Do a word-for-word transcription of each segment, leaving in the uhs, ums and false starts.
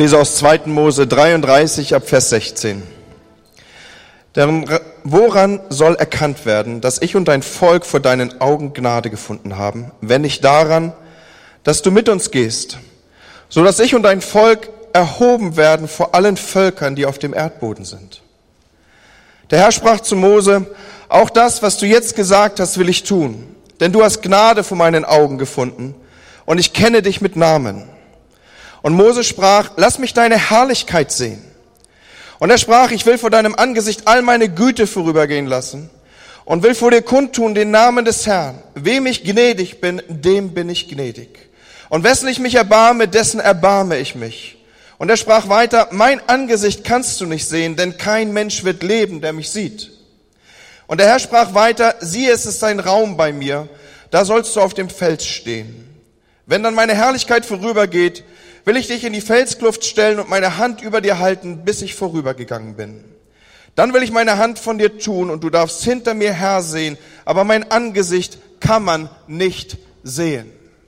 lese aus zweiten Mose dreiunddreißig ab Vers sechzehn. Denn woran soll erkannt werden, dass ich und dein Volk vor deinen Augen Gnade gefunden haben, wenn nicht daran, dass du mit uns gehst, so dass ich und dein Volk erhoben werden vor allen Völkern, die auf dem Erdboden sind. Der Herr sprach zu Mose: Auch das, was du jetzt gesagt hast, will ich tun, denn du hast Gnade vor meinen Augen gefunden und ich kenne dich mit Namen. Und Mose sprach: Lass mich deine Herrlichkeit sehen. Und er sprach: Ich will vor deinem Angesicht all meine Güte vorübergehen lassen und will vor dir kundtun den Namen des Herrn. Wem ich gnädig bin, dem bin ich gnädig. Und wessen ich mich erbarme, dessen erbarme ich mich. Und er sprach weiter: Mein Angesicht kannst du nicht sehen, denn kein Mensch wird leben, der mich sieht. Und der Herr sprach weiter: Siehe, es ist ein Raum bei mir, da sollst du auf dem Fels stehen. Wenn dann meine Herrlichkeit vorübergeht, will ich dich in die Felskluft stellen und meine Hand über dir halten, bis ich vorübergegangen bin. Dann will ich meine Hand von dir tun und du darfst hinter mir hersehen, aber mein Angesicht kann man nicht sehen.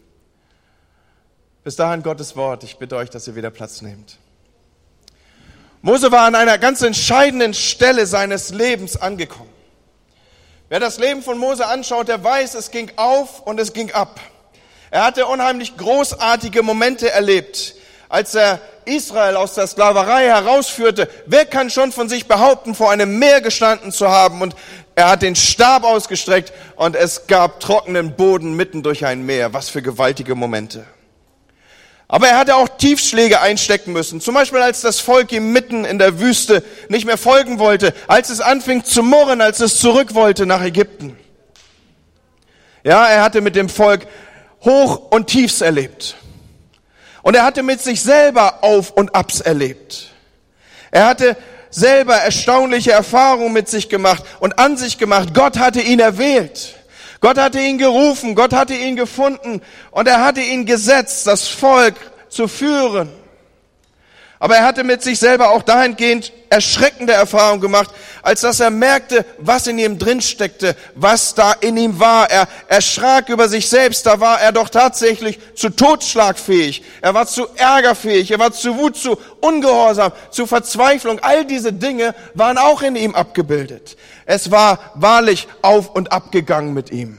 Bis dahin Gottes Wort. Ich bitte euch, dass ihr wieder Platz nehmt. Mose war an einer ganz entscheidenden Stelle seines Lebens angekommen. Wer das Leben von Mose anschaut, der weiß, es ging auf und es ging ab. Er hatte unheimlich großartige Momente erlebt, als er Israel aus der Sklaverei herausführte. Wer kann schon von sich behaupten, vor einem Meer gestanden zu haben? Und er hat den Stab ausgestreckt und es gab trockenen Boden mitten durch ein Meer. Was für gewaltige Momente. Aber er hatte auch Tiefschläge einstecken müssen. Zum Beispiel, als das Volk ihm mitten in der Wüste nicht mehr folgen wollte, als es anfing zu murren, als es zurück wollte nach Ägypten. Ja, er hatte mit dem Volk Hoch und Tiefs erlebt. Und er hatte mit sich selber Auf und Abs erlebt. Er hatte selber erstaunliche Erfahrungen mit sich gemacht und an sich gemacht. Gott hatte ihn erwählt. Gott hatte ihn gerufen. Gott hatte ihn gefunden. Und er hatte ihn gesetzt, das Volk zu führen. Aber er hatte mit sich selber auch dahingehend erschreckende Erfahrungen gemacht, als dass er merkte, was in ihm drin steckte, was da in ihm war. Er erschrak über sich selbst, da war er doch tatsächlich zu totschlagfähig. Er war zu ärgerfähig, er war zu Wut, zu Ungehorsam, zu Verzweiflung. All diese Dinge waren auch in ihm abgebildet. Es war wahrlich auf und ab gegangen mit ihm.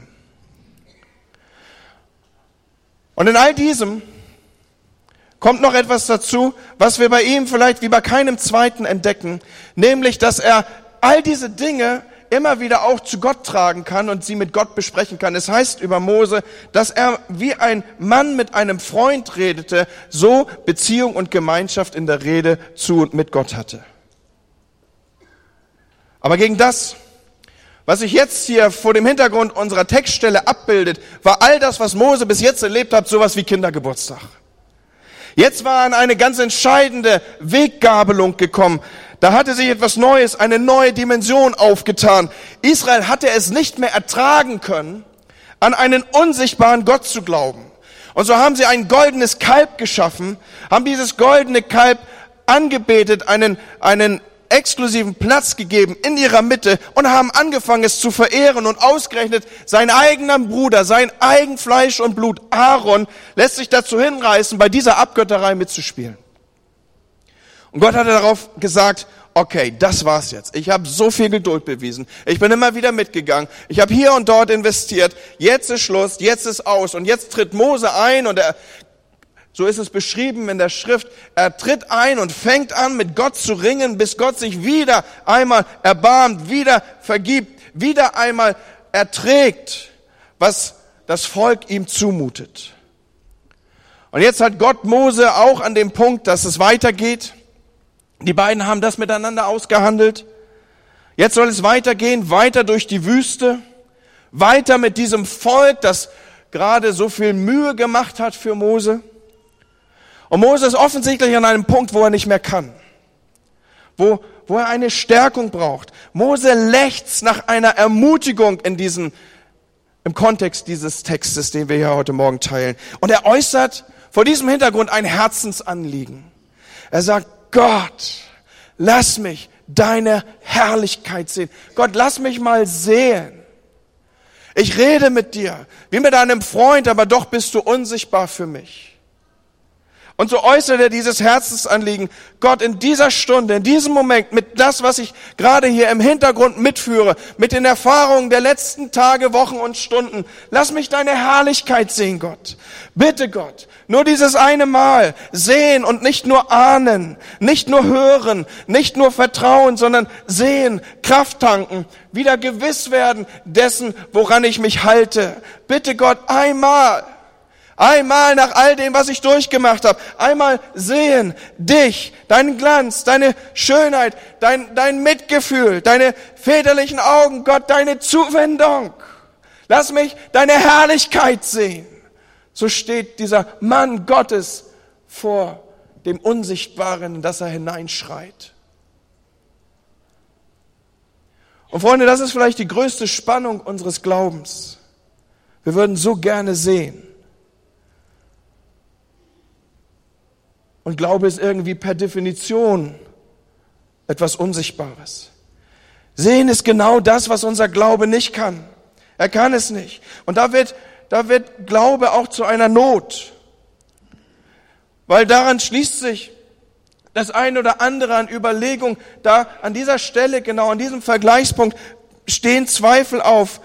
Und in all diesem kommt noch etwas dazu, was wir bei ihm vielleicht wie bei keinem zweiten entdecken, nämlich, dass er all diese Dinge immer wieder auch zu Gott tragen kann und sie mit Gott besprechen kann. Es heißt über Mose, dass er wie ein Mann mit einem Freund redete, so Beziehung und Gemeinschaft in der Rede zu und mit Gott hatte. Aber gegen das, was sich jetzt hier vor dem Hintergrund unserer Textstelle abbildet, war all das, was Mose bis jetzt erlebt hat, sowas wie Kindergeburtstag. Jetzt war an eine ganz entscheidende Weggabelung gekommen. Da hatte sich etwas Neues, eine neue Dimension aufgetan. Israel hatte es nicht mehr ertragen können, an einen unsichtbaren Gott zu glauben. Und so haben sie ein goldenes Kalb geschaffen, haben dieses goldene Kalb angebetet, einen, einen exklusiven Platz gegeben in ihrer Mitte und haben angefangen, es zu verehren. Und ausgerechnet sein eigener Bruder, sein eigen Fleisch und Blut, Aaron, lässt sich dazu hinreißen, bei dieser Abgötterei mitzuspielen. Und Gott hatte darauf gesagt: Okay, das war's jetzt. Ich habe so viel Geduld bewiesen. Ich bin immer wieder mitgegangen. Ich habe hier und dort investiert. Jetzt ist Schluss, jetzt ist aus. Und jetzt tritt Mose ein und er, so ist es beschrieben in der Schrift, er tritt ein und fängt an, mit Gott zu ringen, bis Gott sich wieder einmal erbarmt, wieder vergibt, wieder einmal erträgt, was das Volk ihm zumutet. Und jetzt hat Gott Mose auch an dem Punkt, dass es weitergeht. Die beiden haben das miteinander ausgehandelt. Jetzt soll es weitergehen, weiter durch die Wüste, weiter mit diesem Volk, das gerade so viel Mühe gemacht hat für Mose. Und Mose ist offensichtlich an einem Punkt, wo er nicht mehr kann, wo, wo er eine Stärkung braucht. Mose lechzt nach einer Ermutigung in diesen, im Kontext dieses Textes, den wir hier heute Morgen teilen. Und er äußert vor diesem Hintergrund ein Herzensanliegen. Er sagt: Gott, lass mich deine Herrlichkeit sehen. Gott, lass mich mal sehen. Ich rede mit dir, wie mit einem Freund, aber doch bist du unsichtbar für mich. Und so äußert er dieses Herzensanliegen, Gott, in dieser Stunde, in diesem Moment, mit das, was ich gerade hier im Hintergrund mitführe, mit den Erfahrungen der letzten Tage, Wochen und Stunden, lass mich deine Herrlichkeit sehen, Gott. Bitte, Gott, nur dieses eine Mal sehen und nicht nur ahnen, nicht nur hören, nicht nur vertrauen, sondern sehen, Kraft tanken, wieder gewiss werden dessen, woran ich mich halte. Bitte, Gott, einmal. Einmal nach all dem, was ich durchgemacht habe, einmal sehen, dich, deinen Glanz, deine Schönheit, dein, dein Mitgefühl, deine väterlichen Augen, Gott, deine Zuwendung. Lass mich deine Herrlichkeit sehen. So steht dieser Mann Gottes vor dem Unsichtbaren, in das er hineinschreit. Und Freunde, das ist vielleicht die größte Spannung unseres Glaubens. Wir würden so gerne sehen. Und Glaube ist irgendwie per Definition etwas Unsichtbares. Sehen ist genau das, was unser Glaube nicht kann. Er kann es nicht. Und da wird, da wird Glaube auch zu einer Not. Weil daran schließt sich das eine oder andere an Überlegung. Da an dieser Stelle, genau an diesem Vergleichspunkt, stehen Zweifel auf.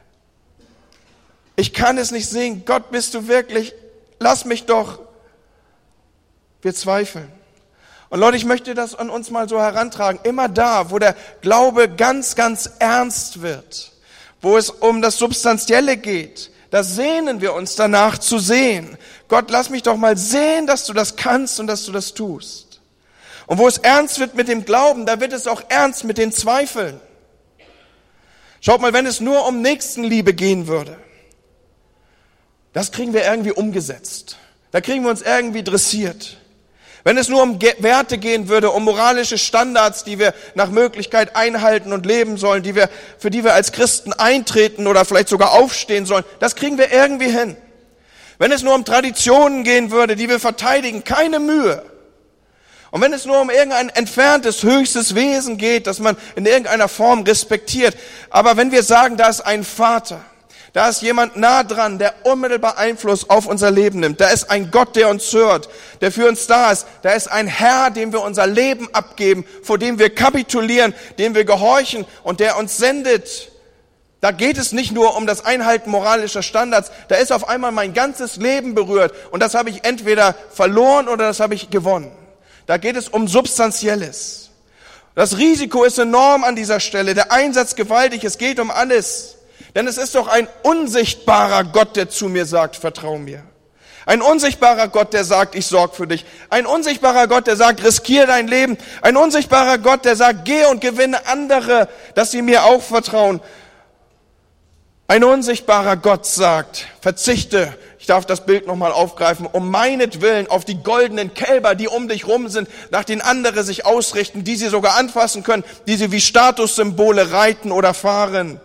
Ich kann es nicht sehen. Gott, bist du wirklich? Lass mich doch. Wir zweifeln. Und Leute, ich möchte das an uns mal so herantragen. Immer da, wo der Glaube ganz, ganz ernst wird, wo es um das Substanzielle geht, da sehnen wir uns danach zu sehen. Gott, lass mich doch mal sehen, dass du das kannst und dass du das tust. Und wo es ernst wird mit dem Glauben, da wird es auch ernst mit den Zweifeln. Schaut mal, wenn es nur um Nächstenliebe gehen würde, das kriegen wir irgendwie umgesetzt. Da kriegen wir uns irgendwie dressiert. Wenn es nur um Werte gehen würde, um moralische Standards, die wir nach Möglichkeit einhalten und leben sollen, die wir, für die wir als Christen eintreten oder vielleicht sogar aufstehen sollen, das kriegen wir irgendwie hin. Wenn es nur um Traditionen gehen würde, die wir verteidigen, keine Mühe. Und wenn es nur um irgendein entferntes, höchstes Wesen geht, das man in irgendeiner Form respektiert, aber wenn wir sagen, da ist ein Vater, da ist jemand nah dran, der unmittelbar Einfluss auf unser Leben nimmt. Da ist ein Gott, der uns hört, der für uns da ist. Da ist ein Herr, dem wir unser Leben abgeben, vor dem wir kapitulieren, dem wir gehorchen und der uns sendet. Da geht es nicht nur um das Einhalten moralischer Standards. Da ist auf einmal mein ganzes Leben berührt und das habe ich entweder verloren oder das habe ich gewonnen. Da geht es um Substanzielles. Das Risiko ist enorm an dieser Stelle, der Einsatz gewaltig, es geht um alles. Denn es ist doch ein unsichtbarer Gott, der zu mir sagt, vertrau mir. Ein unsichtbarer Gott, der sagt, ich sorge für dich. Ein unsichtbarer Gott, der sagt, riskiere dein Leben. Ein unsichtbarer Gott, der sagt, geh und gewinne andere, dass sie mir auch vertrauen. Ein unsichtbarer Gott sagt, verzichte, ich darf das Bild nochmal aufgreifen, um meinetwillen auf die goldenen Kälber, die um dich rum sind, nach denen andere sich ausrichten, die sie sogar anfassen können, die sie wie Statussymbole reiten oder fahren.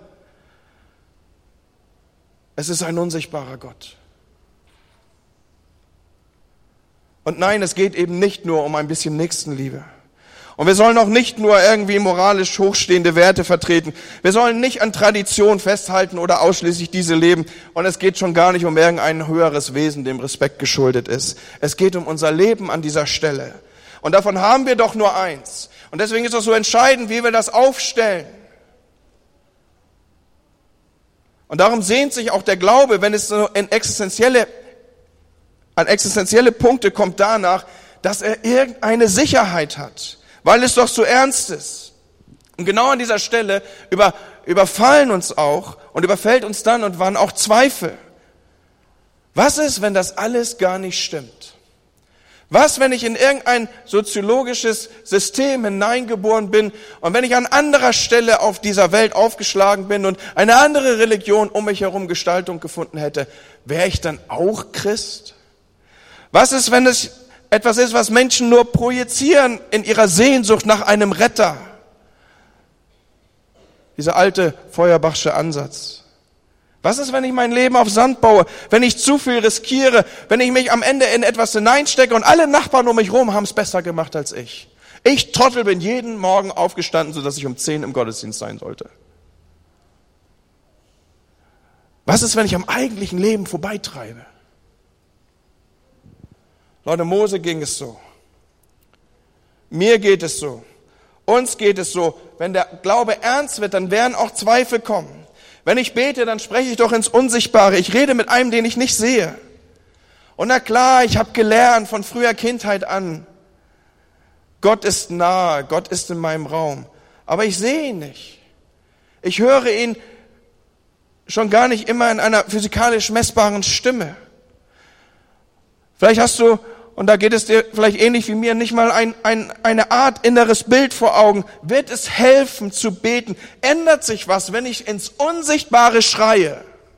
Es ist ein unsichtbarer Gott. Und nein, es geht eben nicht nur um ein bisschen Nächstenliebe. Und wir sollen auch nicht nur irgendwie moralisch hochstehende Werte vertreten. Wir sollen nicht an Tradition festhalten oder ausschließlich diese leben. Und es geht schon gar nicht um irgendein höheres Wesen, dem Respekt geschuldet ist. Es geht um unser Leben an dieser Stelle. Und davon haben wir doch nur eins. Und deswegen ist es so entscheidend, wie wir das aufstellen. Und darum sehnt sich auch der Glaube, wenn es so in existenzielle, an existenzielle Punkte kommt, danach, dass er irgendeine Sicherheit hat, weil es doch so ernst ist. Und genau an dieser Stelle über, überfallen uns auch und überfällt uns dann und wann auch Zweifel. Was ist, wenn das alles gar nicht stimmt? Was, wenn ich in irgendein soziologisches System hineingeboren bin und wenn ich an anderer Stelle auf dieser Welt aufgeschlagen bin und eine andere Religion um mich herum Gestaltung gefunden hätte, wäre ich dann auch Christ? Was ist, wenn es etwas ist, was Menschen nur projizieren in ihrer Sehnsucht nach einem Retter? Dieser alte Feuerbachsche Ansatz. Was ist, wenn ich mein Leben auf Sand baue, wenn ich zu viel riskiere, wenn ich mich am Ende in etwas hineinstecke und alle Nachbarn um mich herum haben es besser gemacht als ich? Ich, Trottel, bin jeden Morgen aufgestanden, sodass ich um zehn im Gottesdienst sein sollte. Was ist, wenn ich am eigentlichen Leben vorbeitreibe? Leute, Mose ging es so. Mir geht es so. Uns geht es so. Wenn der Glaube ernst wird, dann werden auch Zweifel kommen. Wenn ich bete, dann spreche ich doch ins Unsichtbare. Ich rede mit einem, den ich nicht sehe. Und na klar, ich habe gelernt von früher Kindheit an, Gott ist nahe, Gott ist in meinem Raum. Aber ich sehe ihn nicht. Ich höre ihn schon gar nicht immer in einer physikalisch messbaren Stimme. Vielleicht hast du, und da geht es dir vielleicht ähnlich wie mir, nicht mal ein, ein, eine Art inneres Bild vor Augen. Wird es helfen zu beten? Ändert sich was, wenn ich ins Unsichtbare schreie?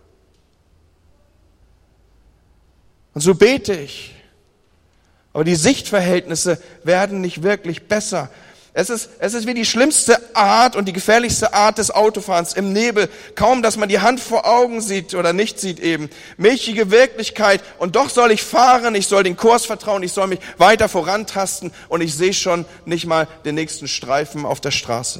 Und so bete ich. Aber die Sichtverhältnisse werden nicht wirklich besser. Es ist, es ist wie die schlimmste Art und die gefährlichste Art des Autofahrens im Nebel. Kaum, dass man die Hand vor Augen sieht oder nicht sieht eben. Milchige Wirklichkeit. Und doch soll ich fahren, ich soll den Kurs vertrauen, ich soll mich weiter vorantasten und ich sehe schon nicht mal den nächsten Streifen auf der Straße.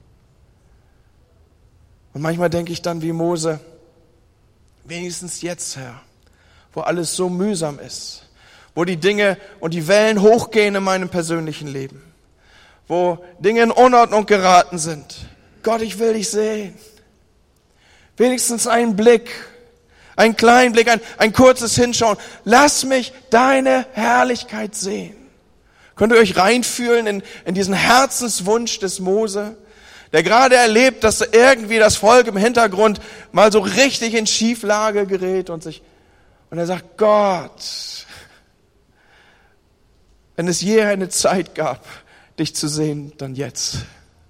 Und manchmal denke ich dann wie Mose, wenigstens jetzt, Herr, wo alles so mühsam ist, wo die Dinge und die Wellen hochgehen in meinem persönlichen Leben, wo Dinge in Unordnung geraten sind. Gott, ich will dich sehen. Wenigstens einen Blick, einen kleinen Blick, ein, ein kurzes Hinschauen. Lass mich deine Herrlichkeit sehen. Könnt ihr euch reinfühlen in, in diesen Herzenswunsch des Mose, der gerade erlebt, dass irgendwie das Volk im Hintergrund mal so richtig in Schieflage gerät und sich, und er sagt, Gott, wenn es je eine Zeit gab, dich zu sehen, dann jetzt.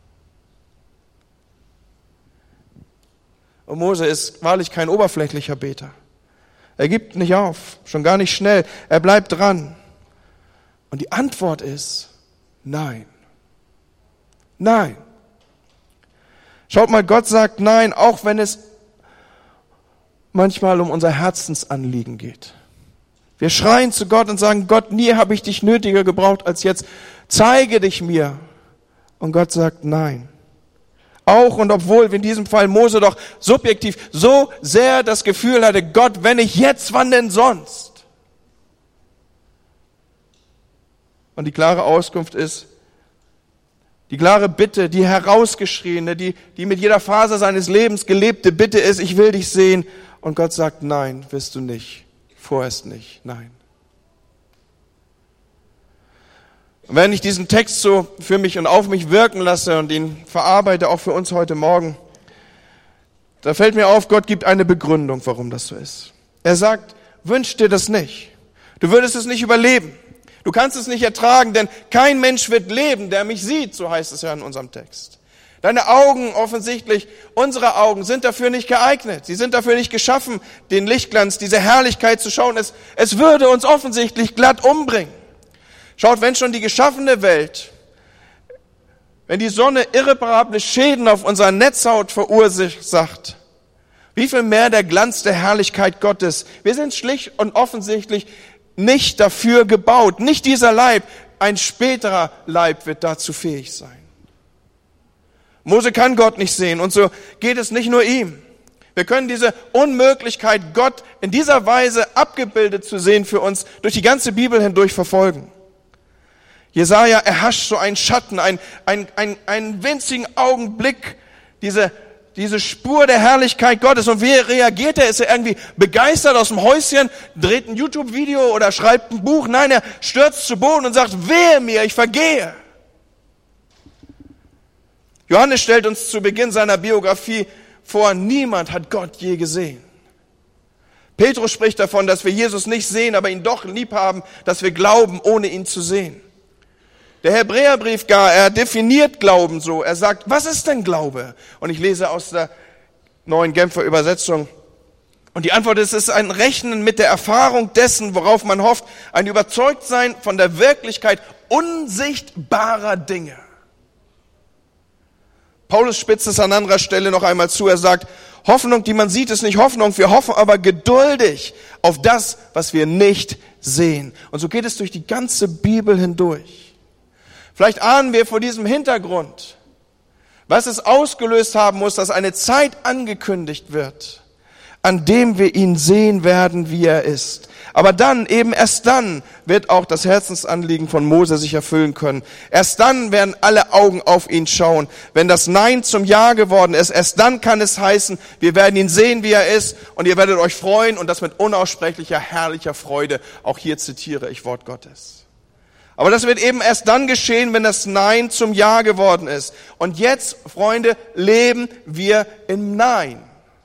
Und Mose ist wahrlich kein oberflächlicher Beter. Er gibt nicht auf, schon gar nicht schnell. Er bleibt dran. Und die Antwort ist nein. Nein. Schaut mal, Gott sagt nein, auch wenn es manchmal um unser Herzensanliegen geht. Wir schreien zu Gott und sagen, Gott, nie habe ich dich nötiger gebraucht als jetzt. Zeige dich mir. Und Gott sagt nein. Auch und obwohl in diesem Fall Mose doch subjektiv so sehr das Gefühl hatte, Gott, wenn nicht jetzt, wann denn sonst? Und die klare Auskunft ist, die klare Bitte, die herausgeschriene, die, die mit jeder Faser seines Lebens gelebte Bitte ist, ich will dich sehen. Und Gott sagt, nein, wirst du nicht. Vorerst nicht, nein. Und wenn ich diesen Text so für mich und auf mich wirken lasse und ihn verarbeite, auch für uns heute Morgen, da fällt mir auf, Gott gibt eine Begründung, warum das so ist. Er sagt, wünsch dir das nicht. Du würdest es nicht überleben. Du kannst es nicht ertragen, denn kein Mensch wird leben, der mich sieht, so heißt es ja in unserem Text. Deine Augen offensichtlich, unsere Augen sind dafür nicht geeignet. Sie sind dafür nicht geschaffen, den Lichtglanz, diese Herrlichkeit zu schauen. Es, es würde uns offensichtlich glatt umbringen. Schaut, wenn schon die geschaffene Welt, wenn die Sonne irreparable Schäden auf unserer Netzhaut verursacht, wie viel mehr der Glanz der Herrlichkeit Gottes. Wir sind schlicht und offensichtlich nicht dafür gebaut. Nicht dieser Leib, ein späterer Leib wird dazu fähig sein. Mose kann Gott nicht sehen und so geht es nicht nur ihm. Wir können diese Unmöglichkeit, Gott in dieser Weise abgebildet zu sehen für uns, durch die ganze Bibel hindurch verfolgen. Jesaja erhascht so einen Schatten, einen, einen, einen, einen winzigen Augenblick, diese, diese Spur der Herrlichkeit Gottes. Und wie reagiert er? Ist er irgendwie begeistert aus dem Häuschen, dreht ein YouTube-Video oder schreibt ein Buch? Nein, er stürzt zu Boden und sagt, wehe mir, ich vergehe. Johannes stellt uns zu Beginn seiner Biografie vor, niemand hat Gott je gesehen. Petrus spricht davon, dass wir Jesus nicht sehen, aber ihn doch lieb haben, dass wir glauben, ohne ihn zu sehen. Der Hebräerbrief gar, er definiert Glauben so. Er sagt, was ist denn Glaube? Und ich lese aus der neuen Genfer Übersetzung. Und die Antwort ist, es ist ein Rechnen mit der Erfahrung dessen, worauf man hofft, ein Überzeugtsein von der Wirklichkeit unsichtbarer Dinge. Paulus spitzt es an anderer Stelle noch einmal zu. Er sagt, Hoffnung, die man sieht, ist nicht Hoffnung. Wir hoffen aber geduldig auf das, was wir nicht sehen. Und so geht es durch die ganze Bibel hindurch. Vielleicht ahnen wir vor diesem Hintergrund, was es ausgelöst haben muss, dass eine Zeit angekündigt wird, an dem wir ihn sehen werden, wie er ist. Aber dann, eben erst dann, wird auch das Herzensanliegen von Mose sich erfüllen können. Erst dann werden alle Augen auf ihn schauen. Wenn das Nein zum Ja geworden ist, erst dann kann es heißen, wir werden ihn sehen, wie er ist, und ihr werdet euch freuen, und das mit unaussprechlicher, herrlicher Freude. Auch hier zitiere ich Wort Gottes. Aber das wird eben erst dann geschehen, wenn das Nein zum Ja geworden ist. Und jetzt, Freunde, leben wir im Nein.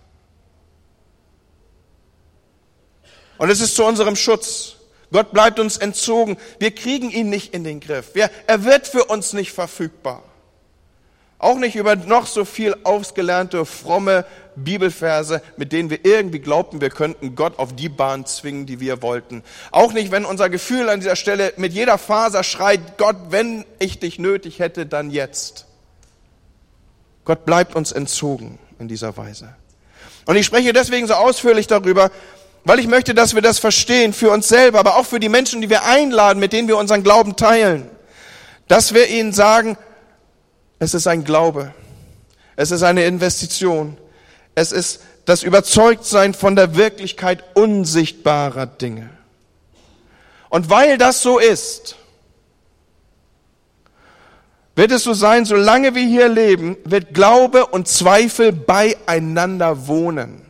Und es ist zu unserem Schutz. Gott bleibt uns entzogen. Wir kriegen ihn nicht in den Griff. Wir, er wird für uns nicht verfügbar. Auch nicht über noch so viel ausgelernte, fromme Bibelverse, mit denen wir irgendwie glaubten, wir könnten Gott auf die Bahn zwingen, die wir wollten. Auch nicht, wenn unser Gefühl an dieser Stelle mit jeder Faser schreit, Gott, wenn ich dich nötig hätte, dann jetzt. Gott bleibt uns entzogen in dieser Weise. Und ich spreche deswegen so ausführlich darüber, weil ich möchte, dass wir das verstehen, für uns selber, aber auch für die Menschen, die wir einladen, mit denen wir unseren Glauben teilen. Dass wir ihnen sagen, es ist ein Glaube, es ist eine Investition, es ist das Überzeugtsein von der Wirklichkeit unsichtbarer Dinge. Und weil das so ist, wird es so sein, solange wir hier leben, wird Glaube und Zweifel beieinander wohnen.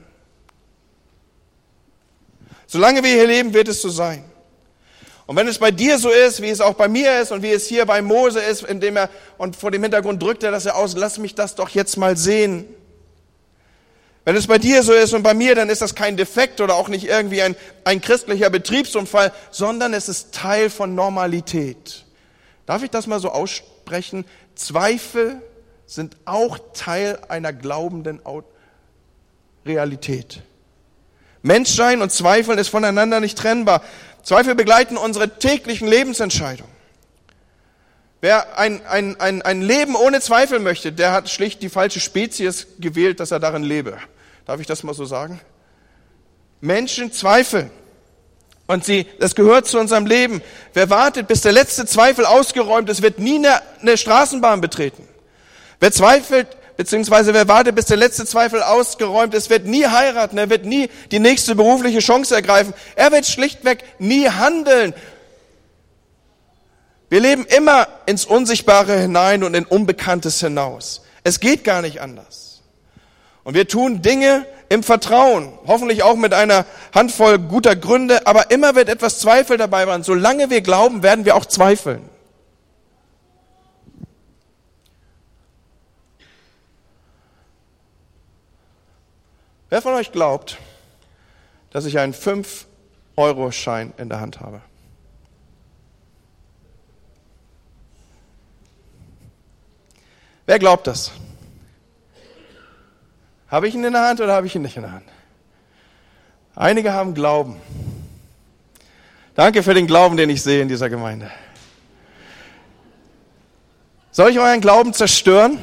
Solange wir hier leben, wird es so sein. Und wenn es bei dir so ist, wie es auch bei mir ist und wie es hier bei Mose ist, indem er, und vor dem Hintergrund drückt er das ja aus, lass mich das doch jetzt mal sehen. Wenn es bei dir so ist und bei mir, dann ist das kein Defekt oder auch nicht irgendwie ein, ein christlicher Betriebsunfall, sondern es ist Teil von Normalität. Darf ich das mal so aussprechen? Zweifel sind auch Teil einer glaubenden Realität. Menschsein und Zweifeln ist voneinander nicht trennbar. Zweifel begleiten unsere täglichen Lebensentscheidungen. Wer ein, ein, ein, ein Leben ohne Zweifel möchte, der hat schlicht die falsche Spezies gewählt, dass er darin lebe. Darf ich das mal so sagen? Menschen zweifeln. Und sie, das gehört zu unserem Leben. Wer wartet, bis der letzte Zweifel ausgeräumt ist, wird nie eine, eine Straßenbahn betreten. Wer zweifelt, beziehungsweise wer wartet, bis der letzte Zweifel ausgeräumt ist, wird nie heiraten, er wird nie die nächste berufliche Chance ergreifen. Er wird schlichtweg nie handeln. Wir leben immer ins Unsichtbare hinein und in Unbekanntes hinaus. Es geht gar nicht anders. Und wir tun Dinge im Vertrauen, hoffentlich auch mit einer Handvoll guter Gründe, aber immer wird etwas Zweifel dabei sein. Solange wir glauben, werden wir auch zweifeln. Wer von euch glaubt, dass ich einen fünf Euro Schein in der Hand habe? Wer glaubt das? Habe ich ihn in der Hand oder habe ich ihn nicht in der Hand? Einige haben Glauben. Danke für den Glauben, den ich sehe in dieser Gemeinde. Soll ich euren Glauben zerstören?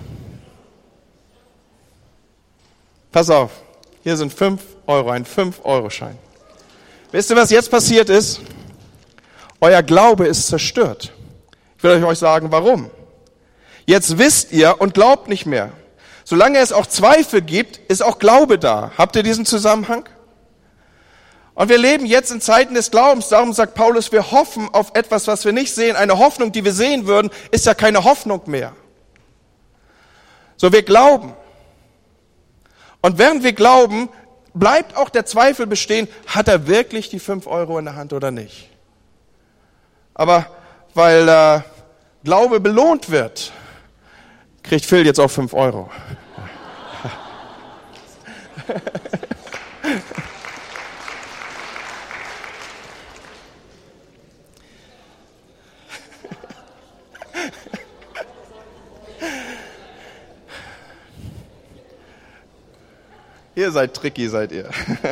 Pass auf, hier sind fünf Euro, ein fünf Euro Schein. Wisst ihr, was jetzt passiert ist? Euer Glaube ist zerstört. Ich will euch sagen, warum. Jetzt wisst ihr und glaubt nicht mehr. Solange es auch Zweifel gibt, ist auch Glaube da. Habt ihr diesen Zusammenhang? Und wir leben jetzt in Zeiten des Glaubens. Darum sagt Paulus, wir hoffen auf etwas, was wir nicht sehen. Eine Hoffnung, die wir sehen würden, ist ja keine Hoffnung mehr. So, wir glauben. Und während wir glauben, bleibt auch der Zweifel bestehen, hat er wirklich die fünf Euro in der Hand oder nicht? Aber weil äh, Glaube belohnt wird, kriegt Phil jetzt auch fünf Euro. Ihr seid tricky, seid ihr.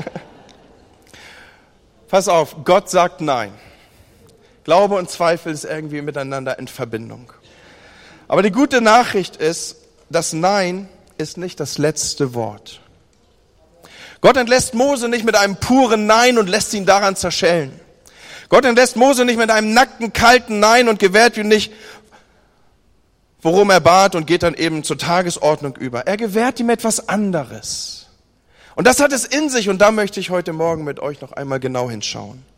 Pass auf, Gott sagt Nein. Glaube und Zweifel ist irgendwie miteinander in Verbindung. Aber die gute Nachricht ist, das Nein ist nicht das letzte Wort. Gott entlässt Mose nicht mit einem puren Nein und lässt ihn daran zerschellen. Gott entlässt Mose nicht mit einem nackten, kalten Nein und gewährt ihm nicht, worum er bat, und geht dann eben zur Tagesordnung über. Er gewährt ihm etwas anderes. Und das hat es in sich, und da möchte ich heute Morgen mit euch noch einmal genau hinschauen.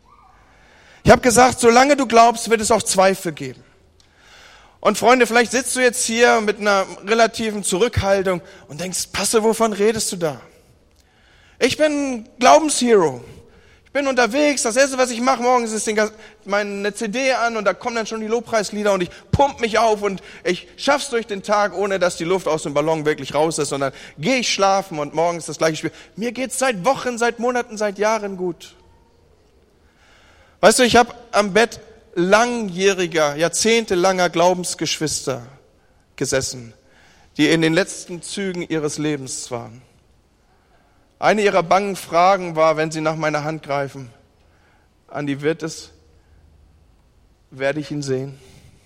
Ich habe gesagt, solange du glaubst, wird es auch Zweifel geben. Und Freunde, vielleicht sitzt du jetzt hier mit einer relativen Zurückhaltung und denkst, Pastor, wovon redest du da? Ich bin Glaubenshero. Ich bin unterwegs, das Erste, was ich mache morgens, ist den, meine C D an und da kommen dann schon die Lobpreislieder und ich pump mich auf und ich schaff's durch den Tag, ohne dass die Luft aus dem Ballon wirklich raus ist und dann gehe ich schlafen und morgens das gleiche Spiel. Mir geht's seit Wochen, seit Monaten, seit Jahren gut. Weißt du, ich habe am Bett langjähriger, jahrzehntelanger Glaubensgeschwister gesessen, die in den letzten Zügen ihres Lebens waren. Eine ihrer bangen Fragen war, wenn sie nach meiner Hand greifen, Andi, wird es, werde ich ihn sehen?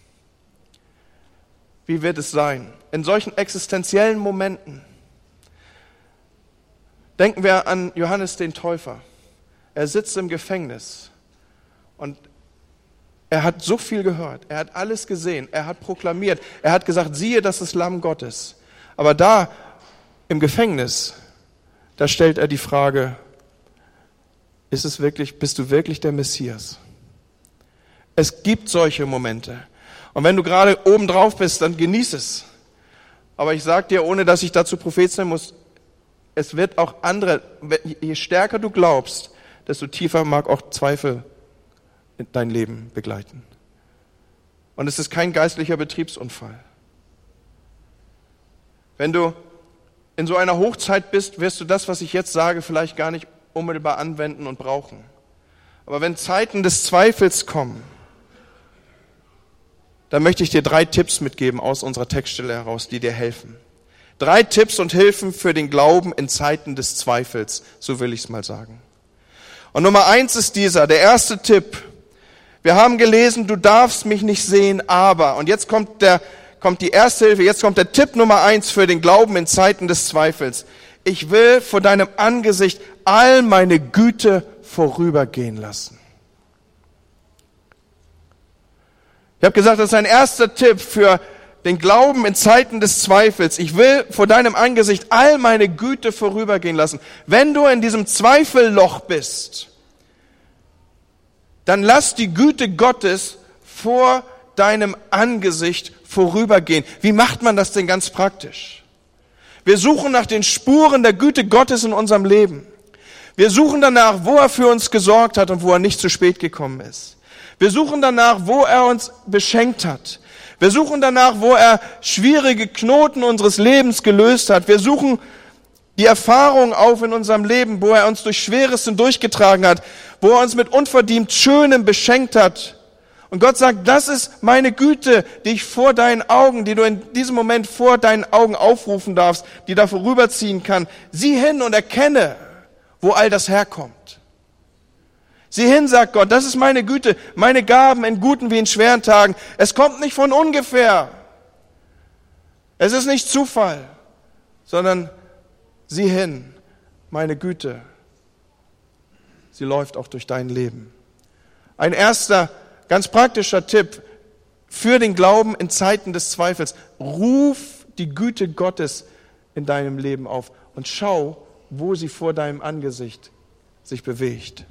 Wie wird es sein? In solchen existenziellen Momenten denken wir an Johannes den Täufer. Er sitzt im Gefängnis und er hat so viel gehört, er hat alles gesehen, er hat proklamiert, er hat gesagt, siehe, das ist Lamm Gottes. Aber da im Gefängnis, da stellt er die Frage, ist es wirklich, bist du wirklich der Messias? Es gibt solche Momente. Und wenn du gerade oben drauf bist, dann genieß es. Aber ich sage dir, ohne dass ich dazu Prophet sein muss, es wird auch andere, je stärker du glaubst, desto tiefer mag auch Zweifel dein Leben begleiten. Und es ist kein geistlicher Betriebsunfall. Wenn du in so einer Hochzeit bist, wirst du das, was ich jetzt sage, vielleicht gar nicht unmittelbar anwenden und brauchen. Aber wenn Zeiten des Zweifels kommen, dann möchte ich dir drei Tipps mitgeben aus unserer Textstelle heraus, die dir helfen. Drei Tipps und Hilfen für den Glauben in Zeiten des Zweifels, so will ich es mal sagen. Und Nummer eins ist dieser, der erste Tipp. Wir haben gelesen, du darfst mich nicht sehen, aber, und jetzt kommt der kommt die erste Hilfe, jetzt kommt der Tipp Nummer eins für den Glauben in Zeiten des Zweifels. Ich will vor deinem Angesicht all meine Güte vorübergehen lassen. Ich habe gesagt, das ist ein erster Tipp für den Glauben in Zeiten des Zweifels. Ich will vor deinem Angesicht all meine Güte vorübergehen lassen. Wenn du in diesem Zweifelloch bist, dann lass die Güte Gottes vor deinem Angesicht vorübergehen. Wie macht man das denn ganz praktisch? Wir suchen nach den Spuren der Güte Gottes in unserem Leben. Wir suchen danach, wo er für uns gesorgt hat und wo er nicht zu spät gekommen ist. Wir suchen danach, wo er uns beschenkt hat. Wir suchen danach, wo er schwierige Knoten unseres Lebens gelöst hat. Wir suchen die Erfahrung auf in unserem Leben, wo er uns durch Schweres hindurchgetragen hat, wo er uns mit unverdient Schönem beschenkt hat. Und Gott sagt, das ist meine Güte, die ich vor deinen Augen, die du in diesem Moment vor deinen Augen aufrufen darfst, die da vorüberziehen kann. Sieh hin und erkenne, wo all das herkommt. Sieh hin, sagt Gott, das ist meine Güte, meine Gaben in guten wie in schweren Tagen. Es kommt nicht von ungefähr. Es ist nicht Zufall, sondern sieh hin, meine Güte. Sie läuft auch durch dein Leben. Ein erster ganz praktischer Tipp für den Glauben in Zeiten des Zweifels. Ruf die Güte Gottes in deinem Leben auf und schau, wo sie vor deinem Angesicht sich bewegt.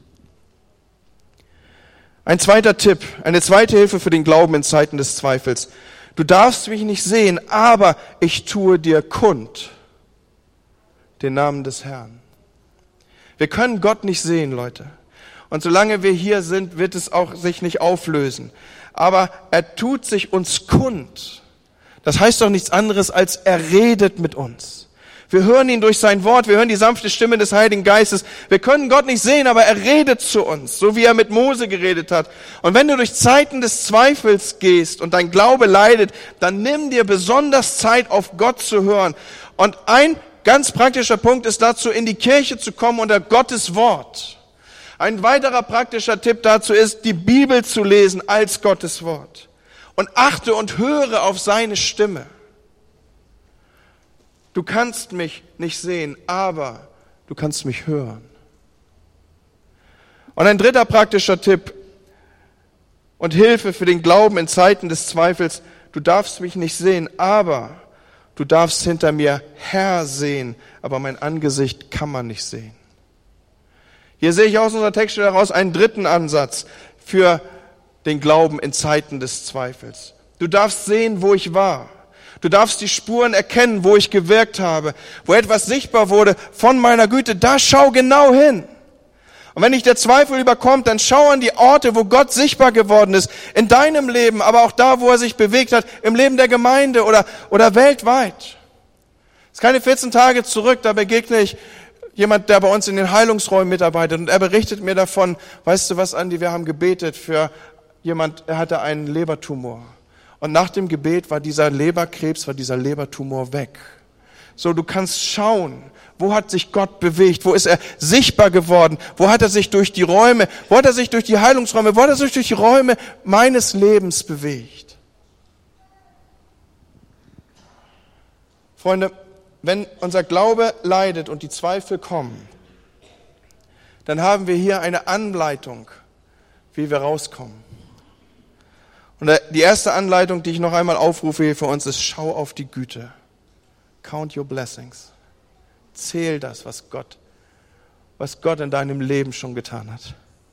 Ein zweiter Tipp, eine zweite Hilfe für den Glauben in Zeiten des Zweifels. Du darfst mich nicht sehen, aber ich tue dir kund den Namen des Herrn. Wir können Gott nicht sehen, Leute. Und solange wir hier sind, wird es auch sich nicht auflösen. Aber er tut sich uns kund. Das heißt doch nichts anderes, als er redet mit uns. Wir hören ihn durch sein Wort, wir hören die sanfte Stimme des Heiligen Geistes. Wir können Gott nicht sehen, aber er redet zu uns, so wie er mit Mose geredet hat. Und wenn du durch Zeiten des Zweifels gehst und dein Glaube leidet, dann nimm dir besonders Zeit, auf Gott zu hören. Und ein ganz praktischer Punkt ist dazu, in die Kirche zu kommen unter Gottes Wort. Ein weiterer praktischer Tipp dazu ist, die Bibel zu lesen als Gottes Wort. Und achte und höre auf seine Stimme. Du kannst mich nicht sehen, aber du kannst mich hören. Und ein dritter praktischer Tipp und Hilfe für den Glauben in Zeiten des Zweifels. Du darfst mich nicht sehen, aber du darfst hinter mir her sehen, aber mein Angesicht kann man nicht sehen. Hier sehe ich aus unserer Textstelle heraus einen dritten Ansatz für den Glauben in Zeiten des Zweifels. Du darfst sehen, wo ich war. Du darfst die Spuren erkennen, wo ich gewirkt habe, wo etwas sichtbar wurde von meiner Güte. Da schau genau hin. Und wenn dich der Zweifel überkommt, dann schau an die Orte, wo Gott sichtbar geworden ist. In deinem Leben, aber auch da, wo er sich bewegt hat, im Leben der Gemeinde oder, oder weltweit. Es ist keine vierzehn Tage zurück, da begegne ich jemand, der bei uns in den Heilungsräumen mitarbeitet. Und er berichtet mir davon, weißt du was, Andi, wir haben gebetet für jemand, er hatte einen Lebertumor. Und nach dem Gebet war dieser Leberkrebs, war dieser Lebertumor weg. So, du kannst schauen, wo hat sich Gott bewegt, wo ist er sichtbar geworden, wo hat er sich durch die Räume, wo hat er sich durch die Heilungsräume, wo hat er sich durch die Räume meines Lebens bewegt. Freunde, wenn unser Glaube leidet und die Zweifel kommen, dann haben wir hier eine Anleitung, wie wir rauskommen. Und die erste Anleitung, die ich noch einmal aufrufe hier für uns, ist: Schau auf die Güte. Count your blessings. Zähl das, was Gott, was Gott in deinem Leben schon getan hat.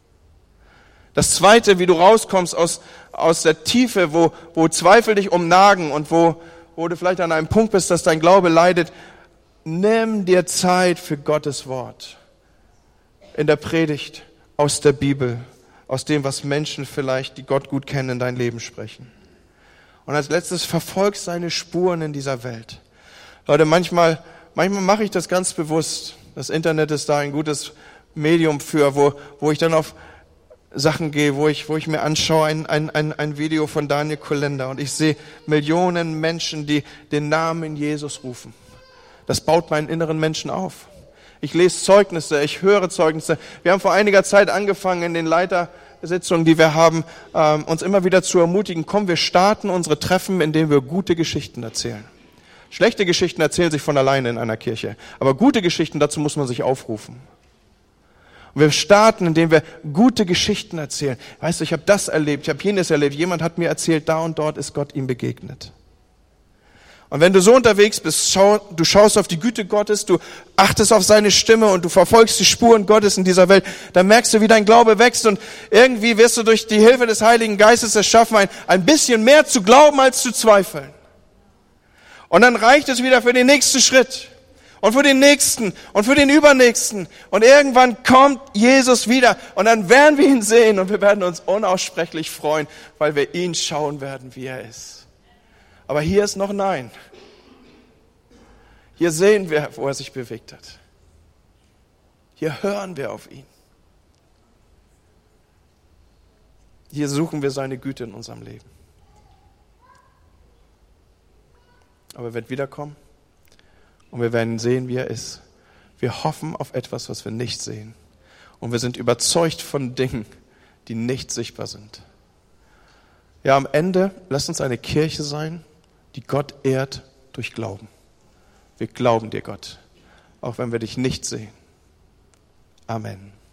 Das Zweite, wie du rauskommst aus, aus der Tiefe, wo, wo Zweifel dich umnagen und wo, wo du vielleicht an einem Punkt bist, dass dein Glaube leidet, nimm dir Zeit für Gottes Wort. In der Predigt, aus der Bibel, aus dem, was Menschen vielleicht, die Gott gut kennen, in dein Leben sprechen. Und als letztes, verfolg seine Spuren in dieser Welt. Leute, manchmal, manchmal mache ich das ganz bewusst. Das Internet ist da ein gutes Medium für, wo, wo ich dann auf Sachen gehe, wo ich, wo ich mir anschaue, ein, ein, ein, ein Video von Daniel Kolender und ich sehe Millionen Menschen, die den Namen Jesus rufen. Das baut meinen inneren Menschen auf. Ich lese Zeugnisse, ich höre Zeugnisse. Wir haben vor einiger Zeit angefangen, in den Leitersitzungen, die wir haben, ähm, uns immer wieder zu ermutigen, komm, wir starten unsere Treffen, indem wir gute Geschichten erzählen. Schlechte Geschichten erzählen sich von alleine in einer Kirche, aber gute Geschichten, dazu muss man sich aufrufen. Und wir starten, indem wir gute Geschichten erzählen. Weißt du, ich habe das erlebt, ich habe jenes erlebt, jemand hat mir erzählt, da und dort ist Gott ihm begegnet. Und wenn du so unterwegs bist, schau, du schaust auf die Güte Gottes, du achtest auf seine Stimme und du verfolgst die Spuren Gottes in dieser Welt, dann merkst du, wie dein Glaube wächst und irgendwie wirst du durch die Hilfe des Heiligen Geistes es schaffen, ein, ein bisschen mehr zu glauben als zu zweifeln. Und dann reicht es wieder für den nächsten Schritt und für den nächsten und für den übernächsten. Und irgendwann kommt Jesus wieder und dann werden wir ihn sehen und wir werden uns unaussprechlich freuen, weil wir ihn schauen werden, wie er ist. Aber hier ist noch Nein. Hier sehen wir, wo er sich bewegt hat. Hier hören wir auf ihn. Hier suchen wir seine Güte in unserem Leben. Aber er wird wiederkommen und wir werden sehen, wie er ist. Wir hoffen auf etwas, was wir nicht sehen. Und wir sind überzeugt von Dingen, die nicht sichtbar sind. Ja, am Ende, lasst uns eine Kirche sein, die Gott ehrt durch Glauben. Wir glauben dir, Gott, auch wenn wir dich nicht sehen. Amen.